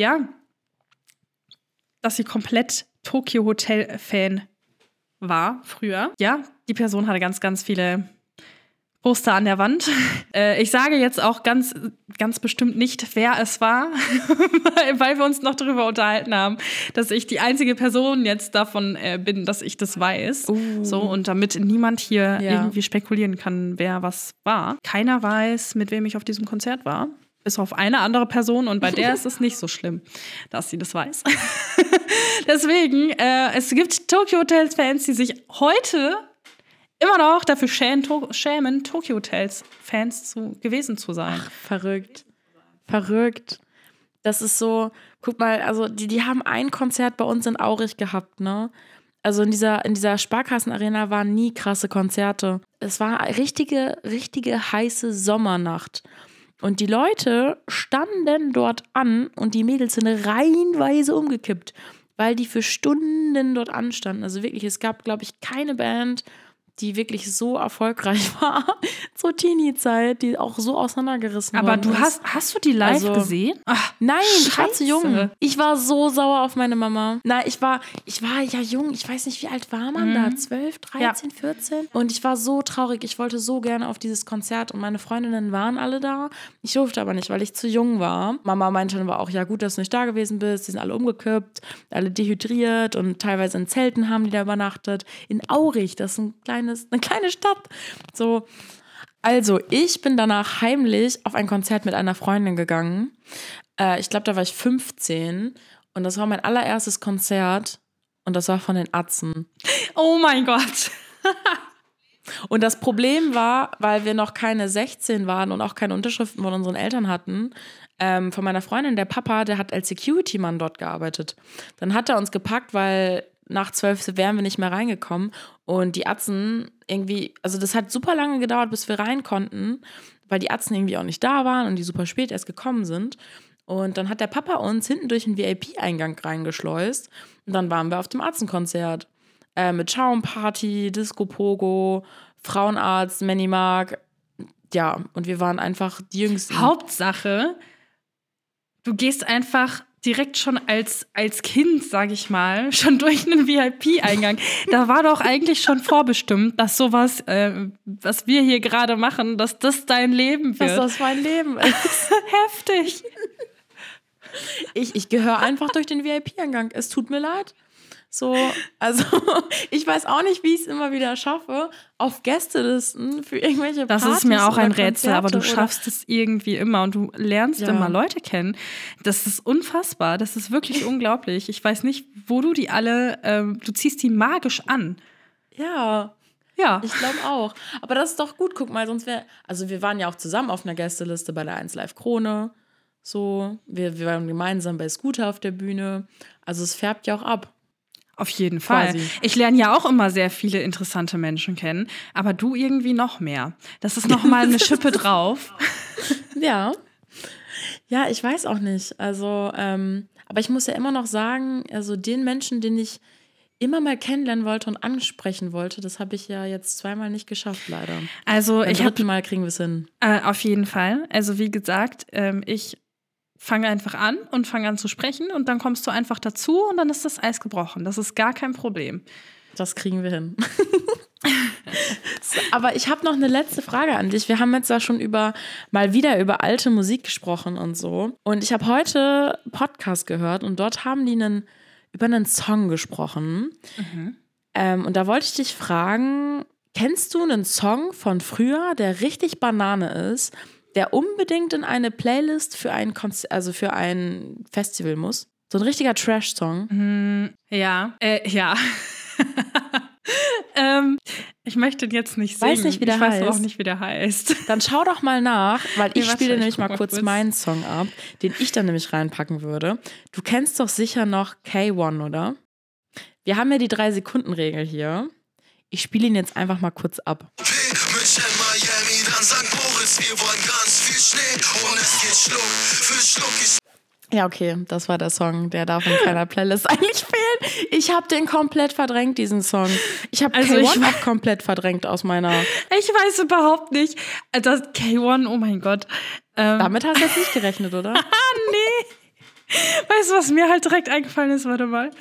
sie komplett Tokyo Hotel Fan war früher. Ja, die Person hatte ganz, ganz viele Poster an der Wand. Ich sage jetzt auch ganz, ganz bestimmt nicht, wer es war, weil wir uns noch darüber unterhalten haben, dass ich die einzige Person jetzt davon bin, dass ich das weiß. So, und damit niemand hier irgendwie spekulieren kann, wer was war. Keiner weiß, mit wem ich auf diesem Konzert war. Bis auf eine andere Person und bei der ist es nicht so schlimm, dass sie das weiß. Deswegen, es gibt Tokyo Hotels Fans, die sich heute immer noch dafür schämen, Tokyo Hotels Fans gewesen zu sein. Ach, verrückt. Das ist so, guck mal, also die haben ein Konzert bei uns in Aurich gehabt, ne? Also in dieser Sparkassenarena waren nie krasse Konzerte. Es war eine richtige heiße Sommernacht. Und die Leute standen dort an und die Mädels sind reihenweise umgekippt, weil die für Stunden dort anstanden. Also wirklich, es gab, glaube ich, keine Band, die wirklich so erfolgreich war zur Teenie-Zeit, die auch so auseinandergerissen Aber worden du ist. hast du die live gesehen? Ach, Nein, ich war zu jung. Scheiße. Ich war so sauer auf meine Mama. Nein, ich war ja jung. Ich weiß nicht, wie alt war man da? 12, 13, 14? Und ich war so traurig. Ich wollte so gerne auf dieses Konzert und meine Freundinnen waren alle da. Ich durfte aber nicht, weil ich zu jung war. Mama meinte dann aber auch, ja gut, dass du nicht da gewesen bist. Die sind alle umgekippt, alle dehydriert und teilweise in Zelten haben die da übernachtet. In Aurich, das ist eine kleine Stadt. So. Also, ich bin danach heimlich auf ein Konzert mit einer Freundin gegangen. Ich glaube, da war ich 15 und das war mein allererstes Konzert und das war von den Atzen. Oh mein Gott. Und das Problem war, weil wir noch keine 16 waren und auch keine Unterschriften von unseren Eltern hatten, von meiner Freundin, der Papa, der hat als Security-Mann dort gearbeitet. Dann hat er uns gepackt, weil nach 12 wären wir nicht mehr reingekommen. Und die Atzen irgendwie, also das hat super lange gedauert, bis wir rein konnten, weil die Atzen irgendwie auch nicht da waren und die super spät erst gekommen sind. Und dann hat der Papa uns hinten durch den VIP-Eingang reingeschleust. Und dann waren wir auf dem Atzenkonzert. Mit Schaumparty, Disco-Pogo, Frauenarzt, Manimark. Ja, und wir waren einfach die Jüngsten. Hauptsache, du gehst einfach direkt schon als Kind, sag ich mal, schon durch einen VIP-Eingang. Da war doch eigentlich schon vorbestimmt, dass sowas, was wir hier gerade machen, dass das dein Leben wird. Dass das mein Leben ist. Heftig. Ich gehöre einfach durch den VIP-Eingang. Es tut mir leid. So, also ich weiß auch nicht, wie ich es immer wieder schaffe, auf Gästelisten für irgendwelche Partys. Das ist mir auch ein oder Rätsel, aber du Konzerte schaffst es irgendwie immer und du lernst immer Leute kennen. Das ist unfassbar, das ist wirklich unglaublich. Ich weiß nicht, wo du die alle, du ziehst die magisch an. Ja, ich glaube auch. Aber das ist doch gut, guck mal, sonst also wir waren ja auch zusammen auf einer Gästeliste bei der 1 Live Krone. So, wir waren gemeinsam bei Scooter auf der Bühne. Also es färbt ja auch ab. Auf jeden Fall. Quasi. Ich lerne ja auch immer sehr viele interessante Menschen kennen, aber du irgendwie noch mehr. Das ist noch mal eine Schippe drauf. Ja, ich weiß auch nicht. Also, aber ich muss ja immer noch sagen, also den Menschen, den ich immer mal kennenlernen wollte und ansprechen wollte, das habe ich ja jetzt 2-mal nicht geschafft, leider. Also Beim 3. Mal kriegen wir es hin. Auf jeden Fall. Also wie gesagt, ich fange einfach an und fange an zu sprechen und dann kommst du einfach dazu und dann ist das Eis gebrochen. Das ist gar kein Problem. Das kriegen wir hin. Aber ich habe noch eine letzte Frage an dich. Wir haben jetzt ja schon mal wieder über alte Musik gesprochen und so. Und ich habe heute Podcast gehört und dort haben die über einen Song gesprochen. Und da wollte ich dich fragen, kennst du einen Song von früher, der richtig Banane ist, der unbedingt in eine Playlist für ein Festival muss? So ein richtiger Trash-Song. Ja. Ich möchte jetzt nicht singen. Weiß nicht, wie der heißt. Ich weiß auch nicht, wie der heißt. Dann schau doch mal nach, weil ich spiele nämlich guck mal kurz kurz. meinen Song ab, den ich dann nämlich reinpacken würde. Du kennst doch sicher noch K1, oder? Wir haben ja die 3-Sekunden-Regel hier. Ich spiele ihn jetzt einfach mal kurz ab. Ja, okay, das war der Song, der darf in keiner Playlist eigentlich fehlen. Ich habe den komplett verdrängt, diesen Song. Ich habe Also K1 auch komplett verdrängt aus meiner... Ich weiß überhaupt nicht. Das K1, oh mein Gott. Damit hast du jetzt nicht gerechnet, oder? Nee. Weißt du, was mir halt direkt eingefallen ist? Warte mal.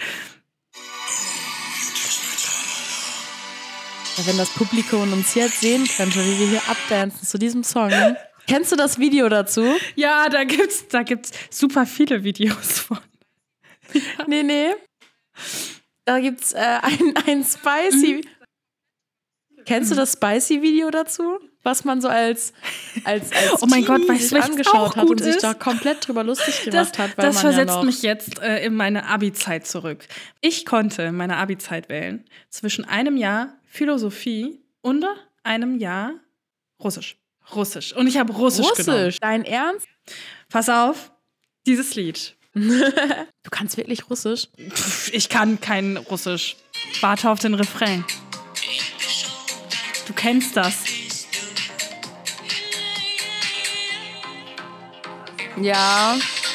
Ja, wenn das Publikum uns jetzt sehen könnte, wie wir hier abdancen zu diesem Song. Kennst du das Video dazu? Ja, da gibt's super viele Videos von. Nee. Da gibt's ein Spicy... Kennst du das Spicy-Video dazu? Was man so als Oh mein Gott, Teenie weißt du, sich was angeschaut auch hat gut und sich ist? da komplett drüber lustig gemacht hat. Weil Das man versetzt ja noch mich jetzt in meine Abi-Zeit zurück. Ich konnte meine Abi-Zeit wählen zwischen einem Jahr Philosophie und einem Jahr Russisch. Und ich habe Russisch genommen. Dein Ernst? Pass auf, dieses Lied. Du kannst wirklich Russisch? Ich kann kein Russisch. Warte auf den Refrain. Du kennst das. Ja.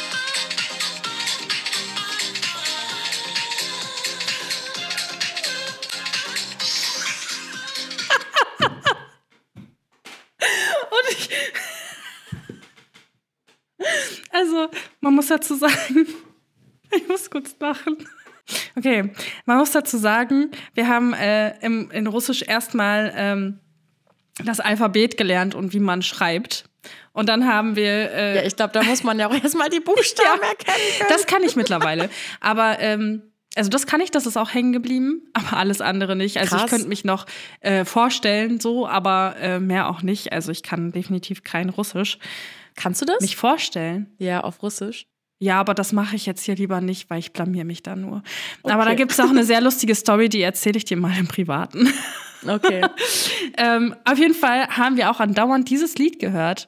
Also, man muss dazu sagen, ich muss kurz lachen. Okay, man muss dazu sagen, wir haben in Russisch erstmal das Alphabet gelernt und wie man schreibt. Und dann haben wir... Ja, ich glaube, da muss man ja auch erstmal die Buchstaben erkennen können. Das kann ich mittlerweile. Aber also das kann ich, das ist auch hängen geblieben, aber alles andere nicht. Also Krass. ich könnte mich noch vorstellen, so, aber mehr auch nicht. Also ich kann definitiv kein Russisch. Kannst du das? Mich vorstellen. Ja, auf Russisch. Ja, aber das mache ich jetzt hier lieber nicht, weil ich blamier mich da nur. Aber Okay. da gibt es auch eine sehr lustige Story, die erzähle ich dir mal im Privaten. Okay. Auf jeden Fall haben wir auch andauernd dieses Lied gehört.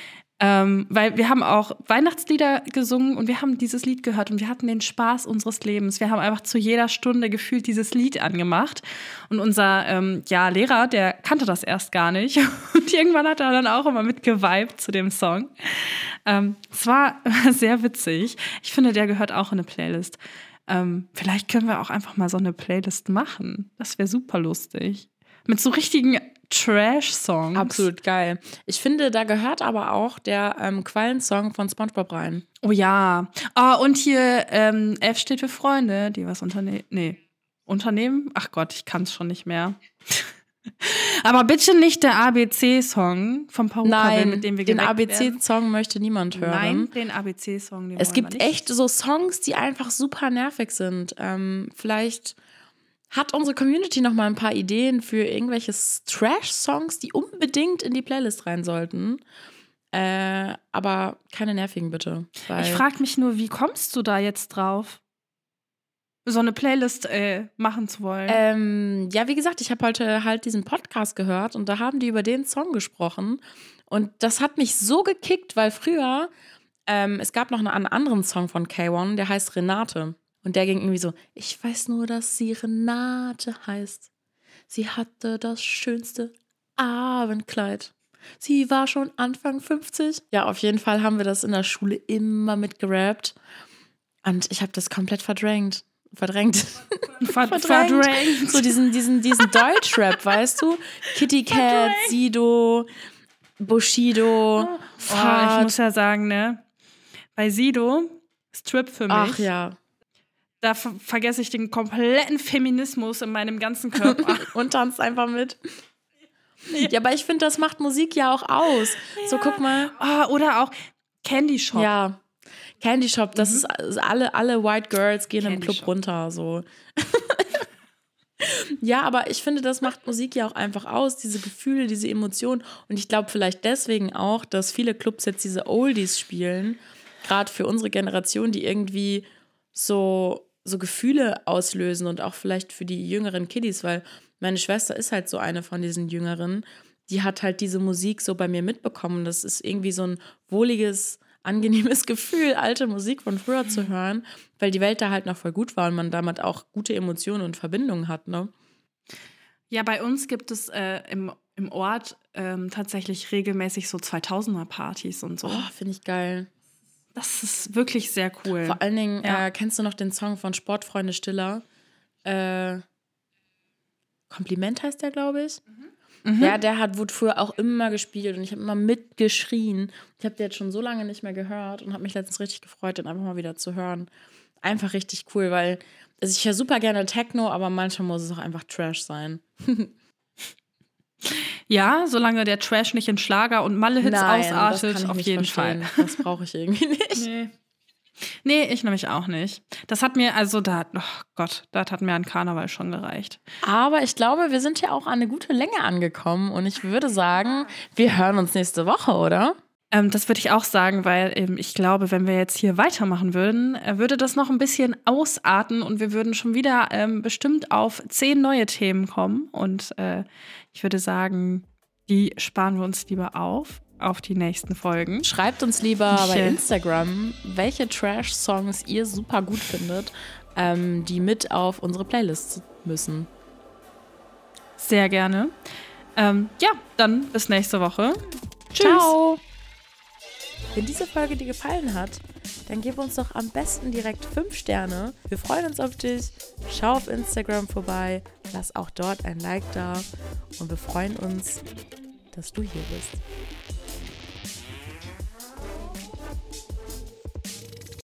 Weil wir haben auch Weihnachtslieder gesungen und wir haben dieses Lied gehört und wir hatten den Spaß unseres Lebens. Wir haben einfach zu jeder Stunde gefühlt dieses Lied angemacht. Und unser Lehrer, der kannte das erst gar nicht. Und irgendwann hat er dann auch immer mit geweibt zu dem Song. Es war sehr witzig. Ich finde, der gehört auch in eine Playlist. Vielleicht können wir auch einfach mal so eine Playlist machen. Das wäre super lustig. Mit so richtigen Trash-Songs. Absolut geil. Ich finde, da gehört aber auch der Quallen-Song von SpongeBob rein. Oh ja. Oh, und hier F steht für Freunde, die was unternehmen. Nee. Unternehmen? Ach Gott, ich kann es schon nicht mehr. Aber bitte nicht der ABC-Song vom Paruka, mit dem wir den geweckt werden. ABC-Song möchte niemand hören. Nein, den ABC-Song. Es gibt echt so Songs, die einfach super nervig sind. Vielleicht hat unsere Community noch mal ein paar Ideen für irgendwelche Trash-Songs, die unbedingt in die Playlist rein sollten. Aber keine nervigen, bitte. Ich frage mich nur, wie kommst du da jetzt drauf, so eine Playlist machen zu wollen? Ja, wie gesagt, ich habe heute halt diesen Podcast gehört und da haben die über den Song gesprochen. Und das hat mich so gekickt, weil früher, es gab noch einen anderen Song von K1, der heißt Renate. Und der ging irgendwie so, ich weiß nur, dass sie Renate heißt. Sie hatte das schönste Abendkleid. Sie war schon Anfang 50. Ja, auf jeden Fall haben wir das in der Schule immer mitgerappt. Und ich habe das komplett verdrängt. Verdrängt. So diesen Deutschrap, weißt du? Kitty Cat, Sido, Bushido, Ich muss ja sagen, ne? Bei Sido ist Trip für mich. Ach ja. Da vergesse ich den kompletten Feminismus in meinem ganzen Körper. Und tanzt einfach mit. Ja, aber ich finde, das macht Musik ja auch aus. Ja. So, guck mal. Oh, oder auch Candy Shop. Ja, Candy Shop, das ist alle White Girls gehen im Club runter. So. Ja, aber ich finde, das macht Musik ja auch einfach aus, diese Gefühle, diese Emotionen. Und ich glaube vielleicht deswegen auch, dass viele Clubs jetzt diese Oldies spielen, gerade für unsere Generation, die irgendwie so Gefühle auslösen und auch vielleicht für die jüngeren Kiddies, weil meine Schwester ist halt so eine von diesen Jüngeren, die hat halt diese Musik so bei mir mitbekommen. Das ist irgendwie so ein wohliges, angenehmes Gefühl, alte Musik von früher zu hören, weil die Welt da halt noch voll gut war und man damit auch gute Emotionen und Verbindungen hat, ne? Ja, bei uns gibt es im Ort tatsächlich regelmäßig so 2000er-Partys und so. Oh, finde ich geil. Das ist wirklich sehr cool. Vor allen Dingen, Ja. kennst du noch den Song von Sportfreunde Stiller? Kompliment heißt der, glaube ich. Ja, wurde früher auch immer gespielt und ich habe immer mitgeschrien. Ich habe den jetzt schon so lange nicht mehr gehört und habe mich letztens richtig gefreut, den einfach mal wieder zu hören. Einfach richtig cool, weil ich höre super gerne Techno, aber manchmal muss es auch einfach Trash sein. Ja, solange der Trash nicht in Schlager und Malle-Hits ausartet, das kann ich auf nicht jeden verstehen. Fall. Das brauche ich irgendwie nicht. Nee, ich nämlich auch nicht. Das hat mir, oh Gott, das hat mir an Karneval schon gereicht. Aber ich glaube, wir sind ja auch an eine gute Länge angekommen und ich würde sagen, wir hören uns nächste Woche, oder? Das würde ich auch sagen, weil ich glaube, wenn wir jetzt hier weitermachen würden, würde das noch ein bisschen ausarten und wir würden schon wieder bestimmt auf 10 neue Themen kommen. Und ich würde sagen, die sparen wir uns lieber auf die nächsten Folgen. Schreibt uns lieber bei Instagram, welche Trash-Songs ihr super gut findet, die mit auf unsere Playlist müssen. Sehr gerne. Ja, dann bis nächste Woche. Tschüss. Ciao! Wenn diese Folge dir gefallen hat, dann gib uns doch am besten direkt 5 Sterne. Wir freuen uns auf dich. Schau auf Instagram vorbei, lass auch dort ein Like da und wir freuen uns, dass du hier bist.